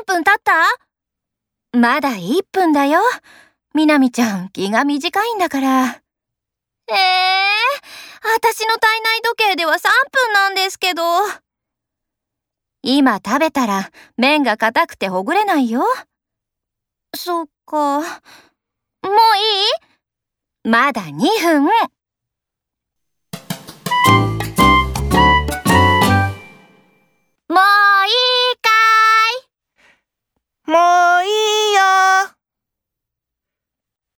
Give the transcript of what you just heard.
何分経った？まだ1分だよ。みなみちゃん、気が短いんだから。私の体内時計では3分なんですけど。今食べたら麺が硬くてほぐれないよ。そっか。もういい？まだ2分。